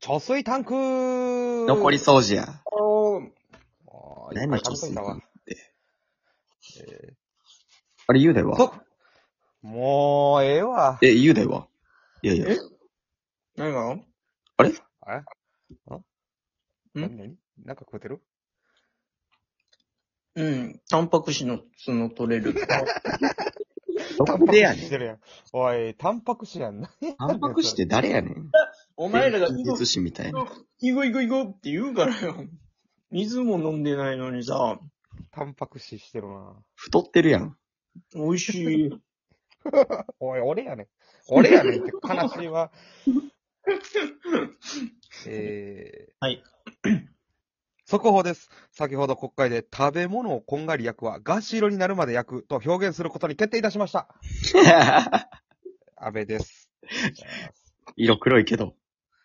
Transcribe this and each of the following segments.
貯水タンクー残り掃除や。 何何貯水タンわク。って。あれ言うだよわ。 もう、ええわ。 言うだよわ。いやいや。 え何があれあれ何なんか食うてるうん。タンパク質の取れる。 どこでやねん。 してるやん。おい、タンパク質やんな。 タンパク質って誰やねん。 お前らが技術師みたいな。 行こって言うからよ。水も飲んでないのにさ、 タンパク質してるな。 太ってるやん。 美味しい。 おい、俺やねん。俺やねんって悲しいわ。 はい。 速報です。先ほど国会で食べ物をこんがり焼くはガシ色になるまで焼くと表現することに決定いたしました。安倍です。 色黒いけど。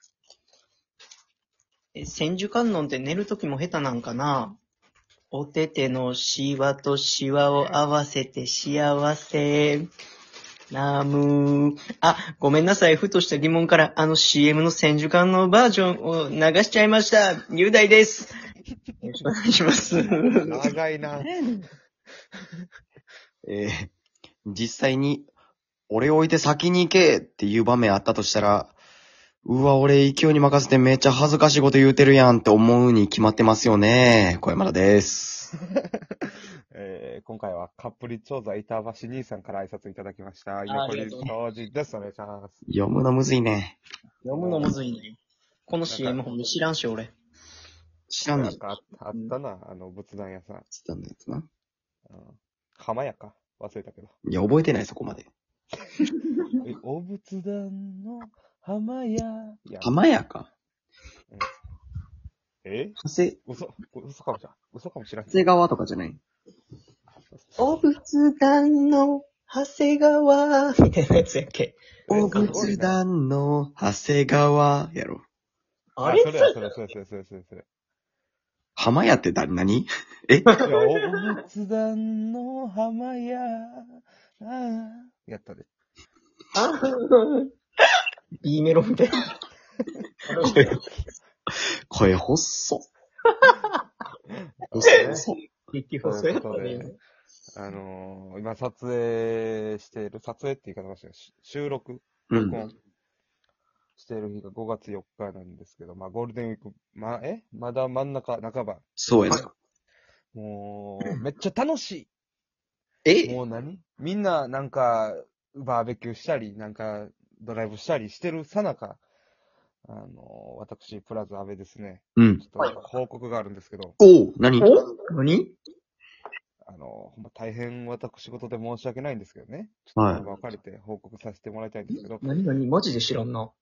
千手観音って寝るときも下手なんかな？お手手のシワとシワを合わせて幸せ。ナムー。あ、ごめんなさい。ふとした疑問からCM の千手観音バージョンを流しちゃいました。雄大です。よろしくお願いします。 長いな。 実際に、俺置いて先に行けっていう場面あったとしたら、うわ、俺勢いに任せてめっちゃ恥ずかしいこと言うてるやんって思うに決まってますよね。小山田です。 今回はカップリ調査板橋兄さんから挨拶いただきました。 あ居残りりがとうね掃除です。お願いします。 読むのむずいね。 読むのむずいね。この CM ほんで知らんし、俺。 知らんねん。 なんかあったな、仏壇屋さん。 知ったんだやつな。 浜屋か忘れたけど。 いや、覚えてないそこまで。 お仏壇の浜屋。 浜屋か。長谷嘘かもしれん。嘘かもしれん。 長谷川とかじゃない。 お仏壇の長谷川みたいなやつやっけ。 お仏壇の長谷川やろ。 あれそれ。 浜屋って何いや、お仏壇の浜屋。やったで。 あB メロみたいな。 声細っ。 細激細やったというね。 今撮影って言い方ました収録、 うん録音している日が5月4日なんですけど、まあゴールデンウィーク、まだ真ん中、半ば。 そうやな。 もう、めっちゃ楽しえい。もうみんななんか、バーベキューしたり、なんか、ドライブしたりしてるさなか、私、プラザ安倍ですね。 うん。 ちょっと報告があるんですけど、 何何ほんま大変私事で申し訳ないんですけどね。ちょっと分かれて報告させてもらいたいんですけど、 何マジで知らんな。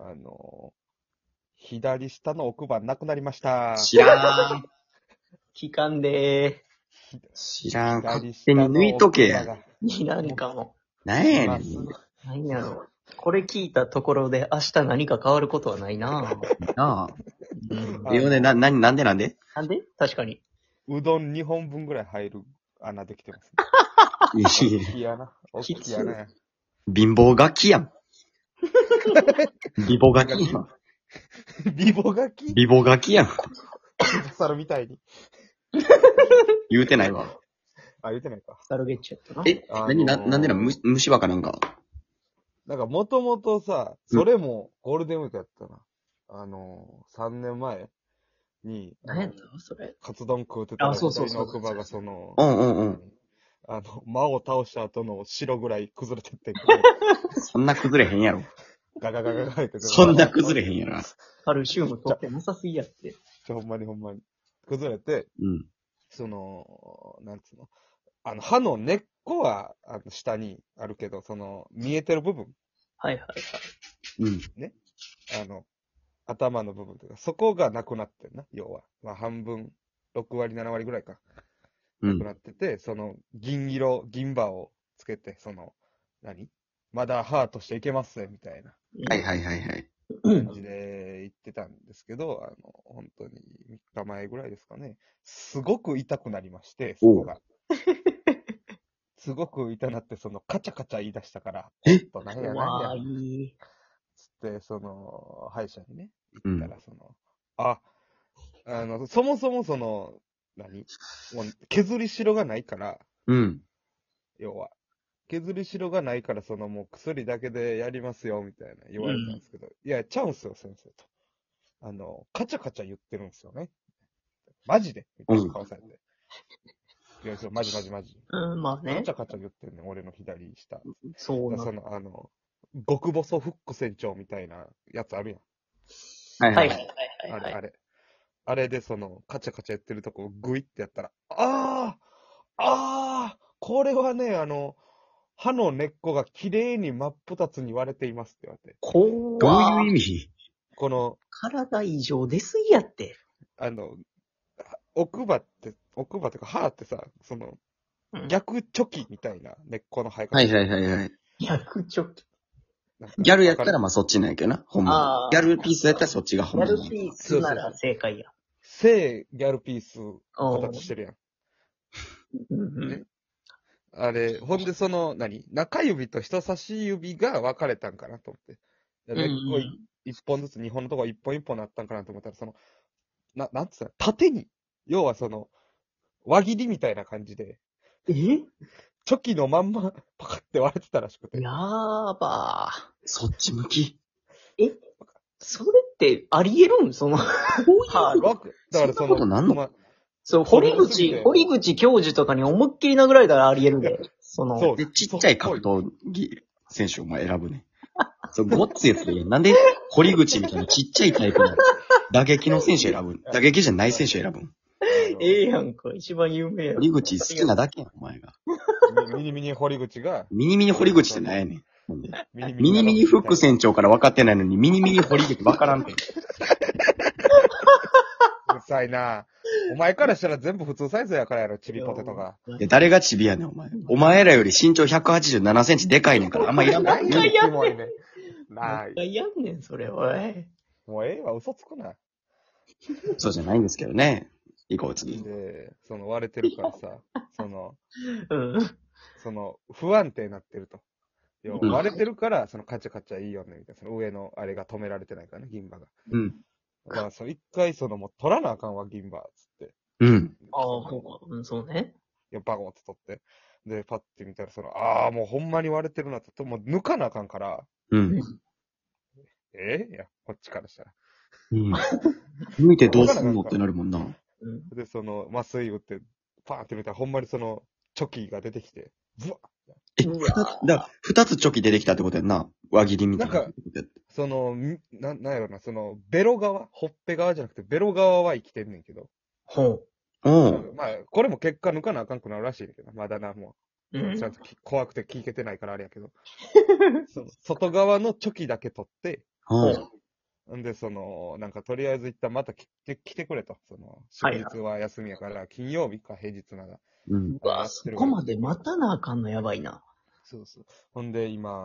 左下の奥歯なくなりました。 知らん。 聞かんで知らん。勝左手に下の抜いとけや。 奥歯がー。いらんかも。 なんやねん。 何やろ。これ聞いたところで明日何か変わることはないななあ。 うん。 なんでなんで確かに。 うどん2本分ぐらい入る穴できてます、 い大やきい穴。大きい穴や。 貧乏ガキやん。美貌ガキやん。 美貌がき美貌ガキやん。 猿みたいに。 言うてないわ。 あ、言ってないか。 サルゲッチやったな。 なんで虫歯かなんか。 なんかもともとさ、それもゴールデンウィークやったな。3年前に、 何やったそれ。 カツ丼食うてたら、 あそうそう左の奥歯がうん。 魔を倒した後の白ぐらい崩れてってんけそんな崩れへんやろ。 ど、ガガガガガって。 そんな崩れへんやろ。 カルシウム取ってなさすぎやって。 ほんまに。崩れて、 うん。 なんつうの。歯の根っこは、下にあるけど、見えてる部分、 はいはいはい。 うん。 頭の部分というか、そこがなくなってんな、要は。まあ、半分、6割、7割ぐらいか。 うんなく。なってて、銀歯をつけて、まだ歯としていけますね、みたいなはい。 感じで言ってたんですけど、本当に3日前ぐらいですかね。すごく痛くなりまして、そこが。すごく痛なって、カチャカチャ言い出したから、 えちょっとなんや。 怖い。 って、歯医者にね、行ったら、そもそももう削り白がないから、 うん。 要は。削り白がないから、もう薬だけでやりますよ、みたいな言われたんですけど、いや、ちゃうんすよ、先生と。カチャカチャ言ってるんですよね。マジでみたいな顔されて。いや、マジ。 うん、まあねカチ。ャカチャ言ってんねん、俺の左下。 そうな。 極細フック船長みたいなやつあるやん。 はいはいはいはい。 はい。 あれでカチャカチャやってるとこをグイってやったら、これはね、歯の根っこが綺麗に真っ二つに割れていますって言われて。 どう怖いう意味この、 体異常出すぎやって。 奥歯っていうか歯ってさ、 うん逆チョキみたいな根っこの生え方。 はいはいはいはい。 逆チョキ。 なんかギャルやったわからまあそっちなんやけどな。ほんま。 あーギャルピースやったらそっちがほんまに。 ギャルピースなら正解や。 正ギャルピース形してるやん。 うんねあれ、ほんで中指と人差し指が分かれたんかなと思って。根っこ一本ずつ、日本のとこ一本一本なったんかなと思ったら、なんつうの、縦に、要は輪切りみたいな感じで、 えチョキのまんま、パカって割れてたらしくて。 やーばそっち向き。 ー。それってあり得るんはい。 だからそんなことなんのまそう、堀口教授とかに思いっきり殴られたらあり得るで。 そうで、ちっちゃい格闘技選手をまあ選ぶね。そう、ごっついやつで、なんで堀口みたいなちっちゃいタイプの打撃の選手選ぶ打撃じゃない選手選ぶんええやんか、一番有名やん。 堀口好きなだけやん、お前が。 ミニミニ堀口が、 ミニミニ堀口って何やねん。ほんでミニミニミニフック船長から分かってないのに、ミニミニ堀口分からんて。 うるさいな。お前からしたら全部普通サイズやからやろ、チリポテトが。 で、誰がチビやねん、お前。お前らより身長187センチでかいねんから、あんまいらんこと言う何回やんねんキモいね。なあ、 何やんねん、それ、おい。 もうええわ、嘘つくな。 そうじゃないんですけどね。行こう、次。 で、割れてるからさ、 うん。 不安定になってると。要うんは割れてるから、カチャカチャいいよね、みたいな。上のあれが止められてないからね、銀歯が。 うん。 だから、一回、もう取らなあかんわ、銀歯、つって。 うん。 ああ、そうか。うん、そうね。 いや、バゴって取って。で、パッて見たら、もうほんまに割れてるなって、もう抜かなあかんから、 うん。 いや、こっちからしたら。 うん。向いてどうすんのってなるもんな。 うん。 で、麻酔打って、パーンって見たら、ほんまにチョキが出てきて、ブワッ二つチョキ出てきたってことやんな。輪切りみたいな。 なんなんやろな、ベロ側、ほっぺ側じゃなくて、ベロ側は生きてんねんけど。 ほおう。 まあ、これも結果抜かなあかんくなるらしいねんけど、まだな、もう。 う。 うんちゃんと怖くて聞けてないからあれやけど。外側のチョキだけ取って、 おう。 んで、なんかとりあえず一旦また来てくれと。祝日は休みやから、金曜日か平日なら。 うん。 うわ、そこまで待たなあかんのやばいな。 そうそう。ほんで、今、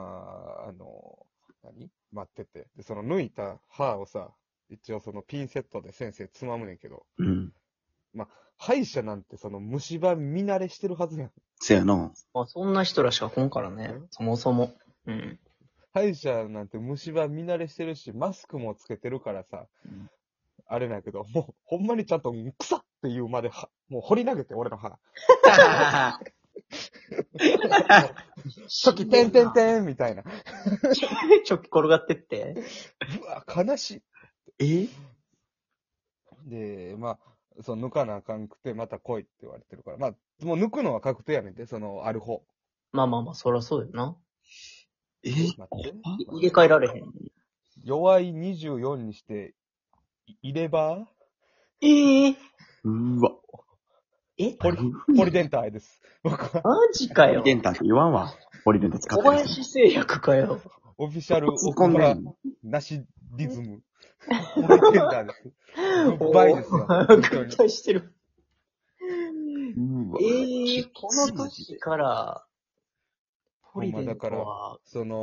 待ってて。で、抜いた歯をさ、一応ピンセットで先生つまむねんけど、 うん。 歯医者なんて虫歯見慣れしてるはずやん。 せやな。 まあ、そんな人らしか来んからね。そもそも。うん。 歯医者なんて虫歯見慣れしてるし、マスクもつけてるからさ、 うんあれなんやけど、もう、ほんまにちゃんと、草っていうまでもう掘り投げて、俺の歯。チョキ、てんてんてんみたいな。 チョキ転がってって。 うわ、悲しえい。で、まあ、抜かなあかんくて、また来いって言われてるから。まあ、もう抜くのは確定やねんて、ある方。 まあまあまあ、そらそうよな。 え待って。 入れ替えられへん。 弱い24にして、入れ歯ええうわ。 ポリデンターです。僕は、 マジかよ。 ポリデンタって言わんわ。ポリデンタ使って小る。 林製薬かよ。 オフィシャル突っ込んでんのなしリズム。ポリデンターです。グッバイですよ。本当合に。 体してる。 うわ。 この年から、ポリデントほんまだからは、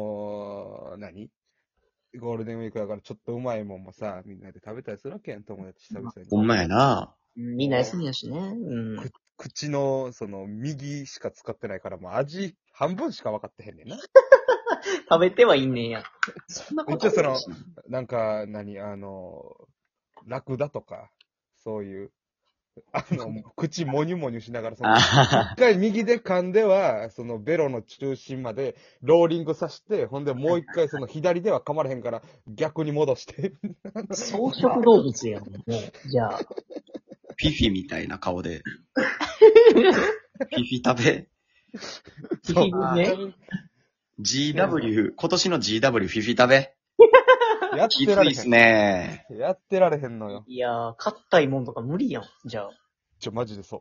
ゴールデンウィークだからちょっとうまいもんもさ、みんなで食べたりするわけやん、友達久々に。 ほんまやな。 みんな休みやしね。うん。 口の、右しか使ってないから、もう味、半分しか分かってへんねんな。 食べてはいんねんや。 そんなこと一応なんか、ラクダとか、そういう、口もにゅもにゅしながら、一回右で噛んでは、そのベロの中心までローリングさせて、ほんでもう一回その左では噛まれへんから、逆に戻して。 草食動物やん、もう。じゃあ。 フィフィみたいな顔で。フィフィ食べ。 そうね。 GW、今年の GW フィフィ食べ。 やっきついっすてられへん。 ね。 やってられへんのよ。 いやー、硬いもんとか無理やん、じゃあ。 マジでそう。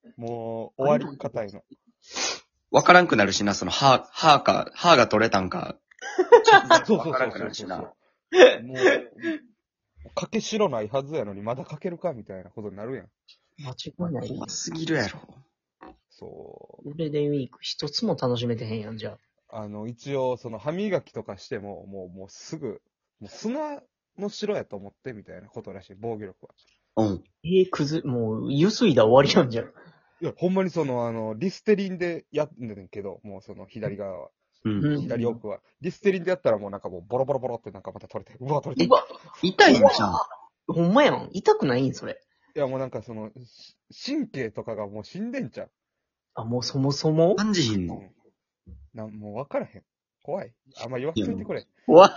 もう、終わり硬いの。 わからんくなるしな、その歯が取れたんか。 そうわからんくなるしな。 もう、かけしろないはずやのに、まだかけるかみたいなことになるやん。 間違いない。 怖すぎるやろ。 そう。 ゴールデンウィーク一つも楽しめてへんやん、じゃあ。 一応、歯磨きとかしても、もうすぐ、もう砂の城やと思って、みたいなことらしい、防御力は。 うん。 もう、ゆすいだ終わりやんじゃん。 いや、ほんまにリステリンでやんねんけど、もう左側は。 うん。 左奥は。リステリンでやったらもうなんかもうボロボロボロってなんかまた取れて、うわ、取れて。 うわ、 痛いんじゃん。 ほんまやん。痛くないん、それ。 いや、もうなんか神経とかがもう死んでんちゃう。 あ、もうそもそも感じひんの。 もう分からへん。怖い。あんま言わんといてくれ。 怖っ。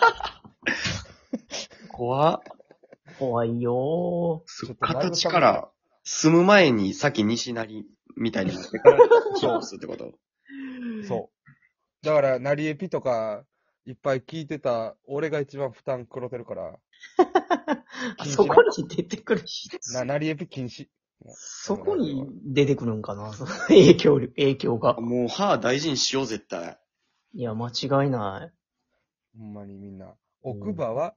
怖っ。 怖いよー。 形から、住む前に先西成みたいになってから、起用するってことそう。だから、ナリエピとか、いっぱい聞いてた、俺が一番負担黒てるから、 あそこに出てくるし。 ナリエピ禁止。 そこに出てくるんかな、その影響が。 もう歯大事にしよう、絶対。 いや、間違いない。 ほんまにみんな。奥歯は